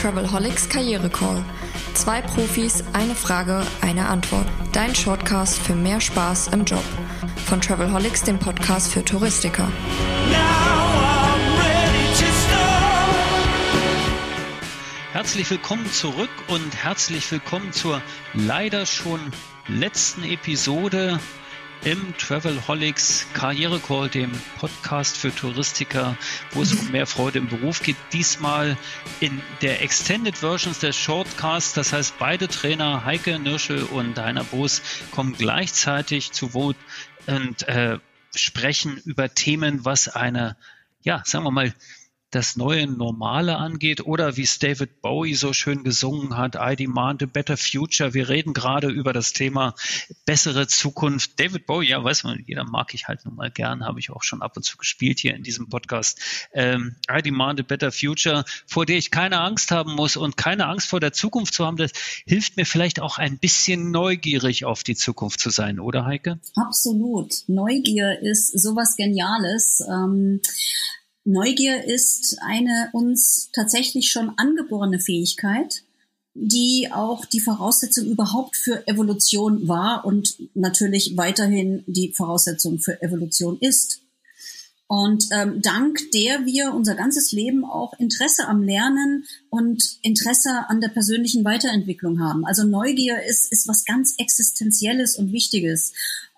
Travelholics Karriere-Call. 2 Profis, eine Frage, eine Antwort. Dein Shortcast für mehr Spaß im Job. Von Travelholics, dem Podcast für Touristiker. Herzlich willkommen zurück und herzlich willkommen zur leider schon letzten Episode im Travelholics Karriere-Call, dem Podcast für Touristiker, wo es um mehr Freude im Beruf geht. Diesmal in der Extended Versions der Shortcasts, das heißt beide Trainer, Heike Nirschel und Heiner Boos, kommen gleichzeitig zu Wort und sprechen über Themen, was eine, ja, sagen wir mal, das neue Normale angeht oder wie es David Bowie so schön gesungen hat, I demand a better future. Wir reden gerade über das Thema bessere Zukunft. David Bowie, ja, weiß man, jeder mag ich halt nun mal gern, habe ich auch schon ab und zu gespielt hier in diesem Podcast. I demand a better future, vor der ich keine Angst haben muss und keine Angst vor der Zukunft zu haben. Das hilft mir vielleicht auch ein bisschen neugierig auf die Zukunft zu sein, oder Heike? Absolut. Neugier ist sowas Geniales. Neugier ist eine uns tatsächlich schon angeborene Fähigkeit, die auch die Voraussetzung überhaupt für Evolution war und natürlich weiterhin die Voraussetzung für Evolution ist. Und dank der wir unser ganzes Leben auch Interesse am Lernen und Interesse an der persönlichen Weiterentwicklung haben. Also Neugier ist was ganz Existenzielles und Wichtiges.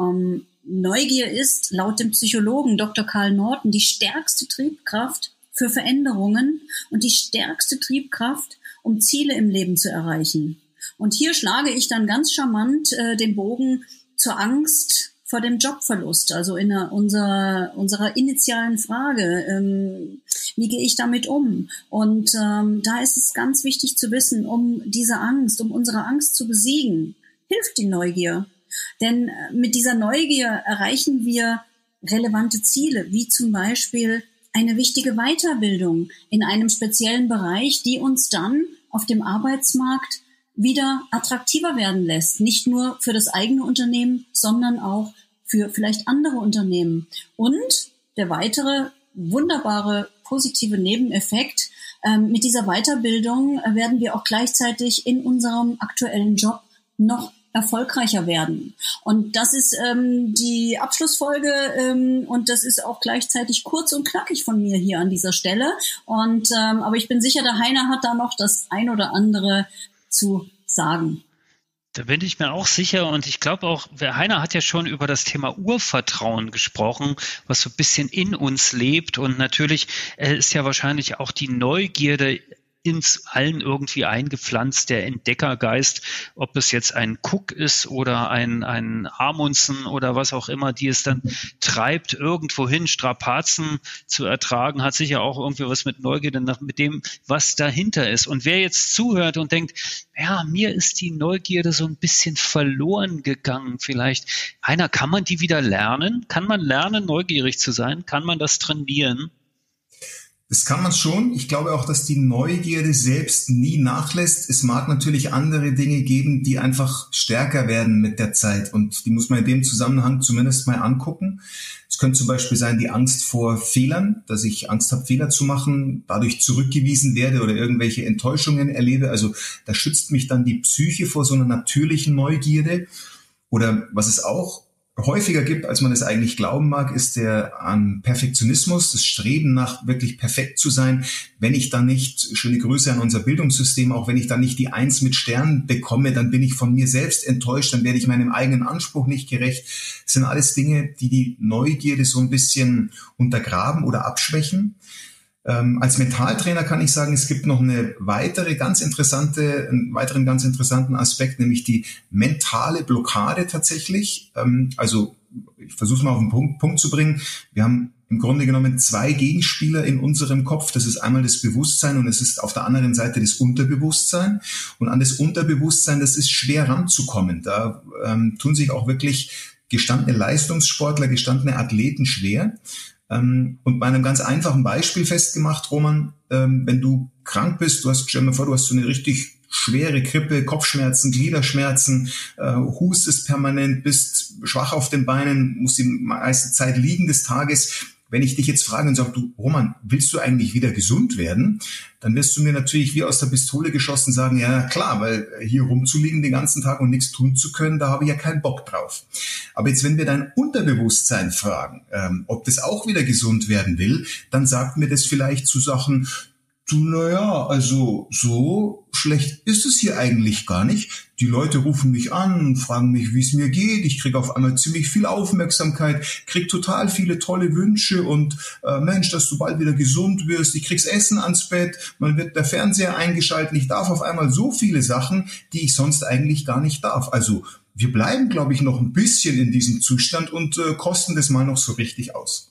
Neugier ist laut dem Psychologen Dr. Karl Norton die stärkste Triebkraft für Veränderungen und die stärkste Triebkraft, um Ziele im Leben zu erreichen. Und hier schlage ich dann ganz charmant den Bogen zur Angst vor dem Jobverlust, also in unserer initialen Frage, wie gehe ich damit um? Und da ist es ganz wichtig zu wissen, um unsere Angst zu besiegen, hilft die Neugier. Denn mit dieser Neugier erreichen wir relevante Ziele, wie zum Beispiel eine wichtige Weiterbildung in einem speziellen Bereich, die uns dann auf dem Arbeitsmarkt wieder attraktiver werden lässt. Nicht nur für das eigene Unternehmen, sondern auch für vielleicht andere Unternehmen. Und der weitere wunderbare positive Nebeneffekt, mit dieser Weiterbildung werden wir auch gleichzeitig in unserem aktuellen Job noch erfolgreicher werden. Und das ist die Abschlussfolge und das ist auch gleichzeitig kurz und knackig von mir hier an dieser Stelle. Und aber ich bin sicher, der Heiner hat da noch das ein oder andere zu sagen. Da bin ich mir auch sicher und ich glaube auch, Heiner hat ja schon über das Thema Urvertrauen gesprochen, was so ein bisschen in uns lebt und natürlich ist ja wahrscheinlich auch die Neugierde ins allen irgendwie eingepflanzt, der Entdeckergeist, ob es jetzt ein Cook ist oder ein Amundsen oder was auch immer, die es dann treibt, irgendwohin Strapazen zu ertragen, hat sicher auch irgendwie was mit Neugierde, mit dem, was dahinter ist. Und wer jetzt zuhört und denkt, ja, mir ist die Neugierde so ein bisschen verloren gegangen vielleicht. Heiner, kann man die wieder lernen? Kann man lernen, neugierig zu sein? Kann man das trainieren? Das kann man schon. Ich glaube auch, dass die Neugierde selbst nie nachlässt. Es mag natürlich andere Dinge geben, die einfach stärker werden mit der Zeit. Und die muss man in dem Zusammenhang zumindest mal angucken. Es könnte zum Beispiel sein, die Angst vor Fehlern, dass ich Angst habe, Fehler zu machen, dadurch zurückgewiesen werde oder irgendwelche Enttäuschungen erlebe. Also da schützt mich dann die Psyche vor so einer natürlichen Neugierde. Oder was es auch häufiger gibt, als man es eigentlich glauben mag, ist der Perfektionismus, das Streben nach wirklich perfekt zu sein. Wenn ich dann nicht, schöne Grüße an unser Bildungssystem, auch wenn ich dann nicht die 1 mit Sternen bekomme, dann bin ich von mir selbst enttäuscht, dann werde ich meinem eigenen Anspruch nicht gerecht. Das sind alles Dinge, die die Neugierde so ein bisschen untergraben oder abschwächen. Als Mentaltrainer kann ich sagen, es gibt noch einen weiteren ganz interessanten Aspekt, nämlich die mentale Blockade tatsächlich. Also ich versuche es mal auf den Punkt zu bringen. Wir haben im Grunde genommen 2 Gegenspieler in unserem Kopf. Das ist einmal das Bewusstsein und es ist auf der anderen Seite das Unterbewusstsein. Und an das Unterbewusstsein, das ist schwer ranzukommen. Da tun sich auch wirklich gestandene Leistungssportler, gestandene Athleten schwer. Und bei einem ganz einfachen Beispiel festgemacht, Roman, wenn du krank bist, stell dir mal vor, du hast so eine richtig schwere Grippe, Kopfschmerzen, Gliederschmerzen, hustest permanent, bist schwach auf den Beinen, musst die meiste Zeit liegen des Tages wenn ich dich jetzt frage und sage, du Roman, willst du eigentlich wieder gesund werden? Dann wirst du mir natürlich wie aus der Pistole geschossen sagen, ja klar, weil hier rumzuliegen den ganzen Tag und nichts tun zu können, da habe ich ja keinen Bock drauf. Aber jetzt, wenn wir dein Unterbewusstsein fragen, ob das auch wieder gesund werden will, dann sagt mir das vielleicht zu Sachen, du, naja, also so schlecht ist es hier eigentlich gar nicht. Die Leute rufen mich an und fragen mich, wie es mir geht. Ich kriege auf einmal ziemlich viel Aufmerksamkeit, kriege total viele tolle Wünsche und Mensch, dass du bald wieder gesund wirst. Ich krieg's Essen ans Bett, man wird der Fernseher eingeschaltet. Ich darf auf einmal so viele Sachen, die ich sonst eigentlich gar nicht darf. Also wir bleiben, glaube ich, noch ein bisschen in diesem Zustand und kosten das mal noch so richtig aus.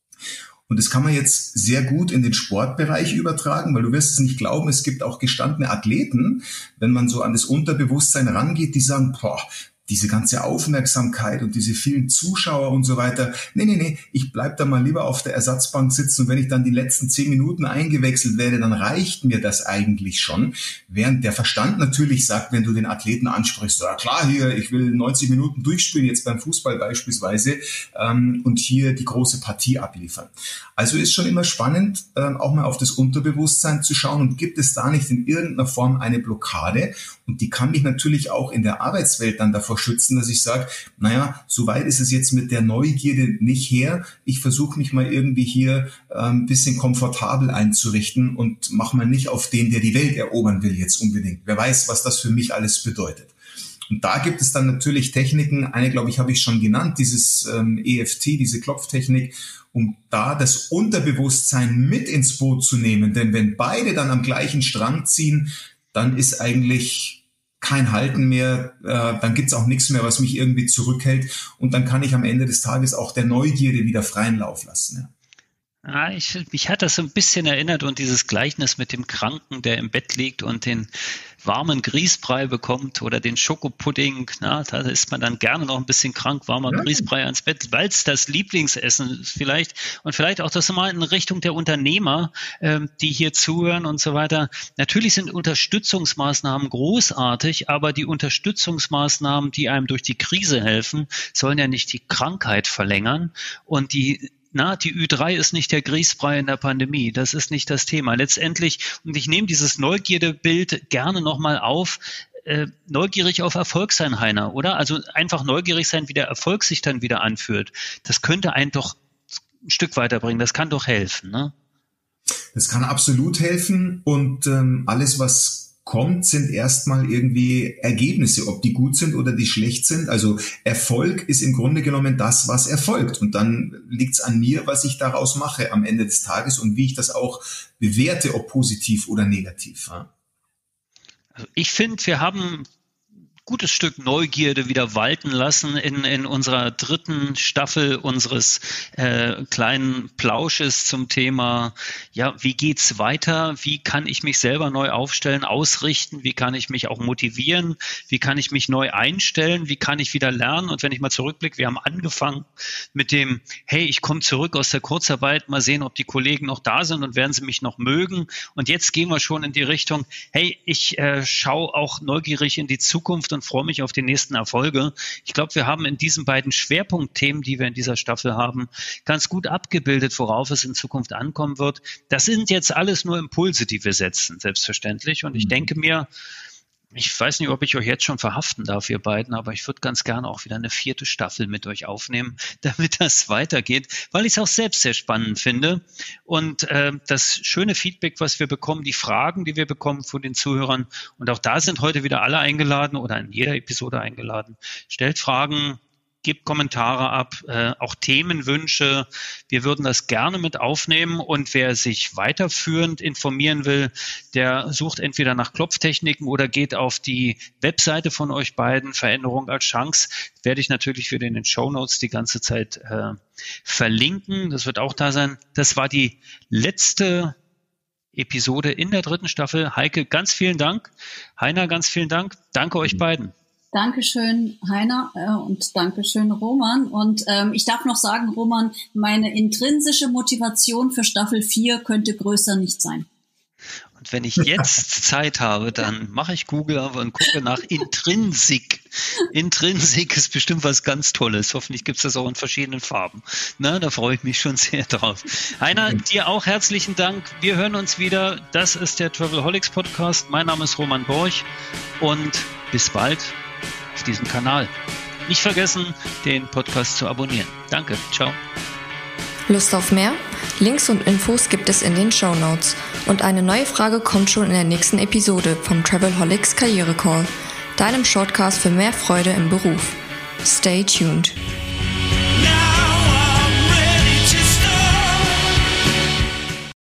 Und das kann man jetzt sehr gut in den Sportbereich übertragen, weil du wirst es nicht glauben, es gibt auch gestandene Athleten, wenn man so an das Unterbewusstsein rangeht, die sagen, boah, diese ganze Aufmerksamkeit und diese vielen Zuschauer und so weiter. Nee, ich bleib da mal lieber auf der Ersatzbank sitzen und wenn ich dann die letzten 10 Minuten eingewechselt werde, dann reicht mir das eigentlich schon. Während der Verstand natürlich sagt, wenn du den Athleten ansprichst, ja klar, hier, ich will 90 Minuten durchspielen, jetzt beim Fußball beispielsweise, und hier die große Partie abliefern. Also ist schon immer spannend, auch mal auf das Unterbewusstsein zu schauen und gibt es da nicht in irgendeiner Form eine Blockade? Und die kann mich natürlich auch in der Arbeitswelt dann davor schützen, dass ich sage, naja, so weit ist es jetzt mit der Neugierde nicht her. Ich versuche mich mal irgendwie hier ein bisschen komfortabel einzurichten und mache mal nicht auf den, der die Welt erobern will jetzt unbedingt. Wer weiß, was das für mich alles bedeutet. Und da gibt es dann natürlich Techniken, eine, glaube ich, habe ich schon genannt, dieses EFT, diese Klopftechnik, um da das Unterbewusstsein mit ins Boot zu nehmen. Denn wenn beide dann am gleichen Strang ziehen, dann ist eigentlich kein Halten mehr, dann gibt's auch nichts mehr, was mich irgendwie zurückhält und dann kann ich am Ende des Tages auch der Neugierde wieder freien Lauf lassen. Ja. Ja, mich hat das so ein bisschen erinnert und dieses Gleichnis mit dem Kranken, der im Bett liegt und den warmen Grießbrei bekommt oder den Schokopudding, da ist man dann gerne noch ein bisschen krank, warmer Grießbrei ans Bett, weil es das Lieblingsessen ist vielleicht und vielleicht auch das mal in Richtung der Unternehmer, die hier zuhören und so weiter. Natürlich sind Unterstützungsmaßnahmen großartig, aber die Unterstützungsmaßnahmen, die einem durch die Krise helfen, sollen ja nicht die Krankheit verlängern und die Ü3 ist nicht der Grießbrei in der Pandemie. Das ist nicht das Thema. Letztendlich, und ich nehme dieses Neugierde-Bild gerne nochmal auf, neugierig auf Erfolg sein, Heiner, oder? Also einfach neugierig sein, wie der Erfolg sich dann wieder anfühlt. Das könnte einen doch ein Stück weiterbringen. Das kann doch helfen, ne? Das kann absolut helfen und alles, was kommt, sind erstmal irgendwie Ergebnisse, ob die gut sind oder die schlecht sind. Also Erfolg ist im Grunde genommen das, was erfolgt. Und dann liegt es an mir, was ich daraus mache am Ende des Tages und wie ich das auch bewerte, ob positiv oder negativ. Also ich finde, wir haben gutes Stück Neugierde wieder walten lassen in unserer 3. Staffel unseres kleinen Plausches zum Thema, ja, wie geht's weiter? Wie kann ich mich selber neu aufstellen, ausrichten? Wie kann ich mich auch motivieren? Wie kann ich mich neu einstellen? Wie kann ich wieder lernen? Und wenn ich mal zurückblicke, wir haben angefangen mit dem, hey, ich komme zurück aus der Kurzarbeit, mal sehen, ob die Kollegen noch da sind und werden sie mich noch mögen. Und jetzt gehen wir schon in die Richtung, hey, ich schaue auch neugierig in die Zukunft und freue mich auf die nächsten Erfolge. Ich glaube, wir haben in diesen beiden Schwerpunktthemen, die wir in dieser Staffel haben, ganz gut abgebildet, worauf es in Zukunft ankommen wird. Das sind jetzt alles nur Impulse, die wir setzen, selbstverständlich. Und ich denke mir, ich weiß nicht, ob ich euch jetzt schon verhaften darf, ihr beiden, aber ich würde ganz gerne auch wieder eine 4. Staffel mit euch aufnehmen, damit das weitergeht, weil ich es auch selbst sehr spannend finde. Und das schöne Feedback, was wir bekommen, die Fragen, die wir bekommen von den Zuhörern, und auch da sind heute wieder alle eingeladen oder in jeder Episode eingeladen. Stellt Fragen, gebt Kommentare ab, auch Themenwünsche. Wir würden das gerne mit aufnehmen und wer sich weiterführend informieren will, der sucht entweder nach Klopftechniken oder geht auf die Webseite von euch beiden, Veränderung als Chance, werde ich natürlich wieder in den Shownotes die ganze Zeit verlinken. Das wird auch da sein. Das war die letzte Episode in der 3. Staffel. Heike, ganz vielen Dank. Heiner, ganz vielen Dank. Danke euch beiden. Dankeschön, Heiner, und Dankeschön, Roman. Und ich darf noch sagen, Roman, meine intrinsische Motivation für Staffel 4 könnte größer nicht sein. Und wenn ich jetzt Zeit habe, dann mache ich Google auf und gucke nach Intrinsik. Intrinsik ist bestimmt was ganz Tolles. Hoffentlich gibt es das auch in verschiedenen Farben. Na, da freue ich mich schon sehr drauf. Heiner, dir auch herzlichen Dank. Wir hören uns wieder. Das ist der Travelholics Podcast. Mein Name ist Roman Borch und bis bald auf diesem Kanal. Nicht vergessen, den Podcast zu abonnieren. Danke. Ciao. Lust auf mehr? Links und Infos gibt es in den Shownotes. Und eine neue Frage kommt schon in der nächsten Episode vom Travelholics Karriere Call, deinem Shortcast für mehr Freude im Beruf. Stay tuned.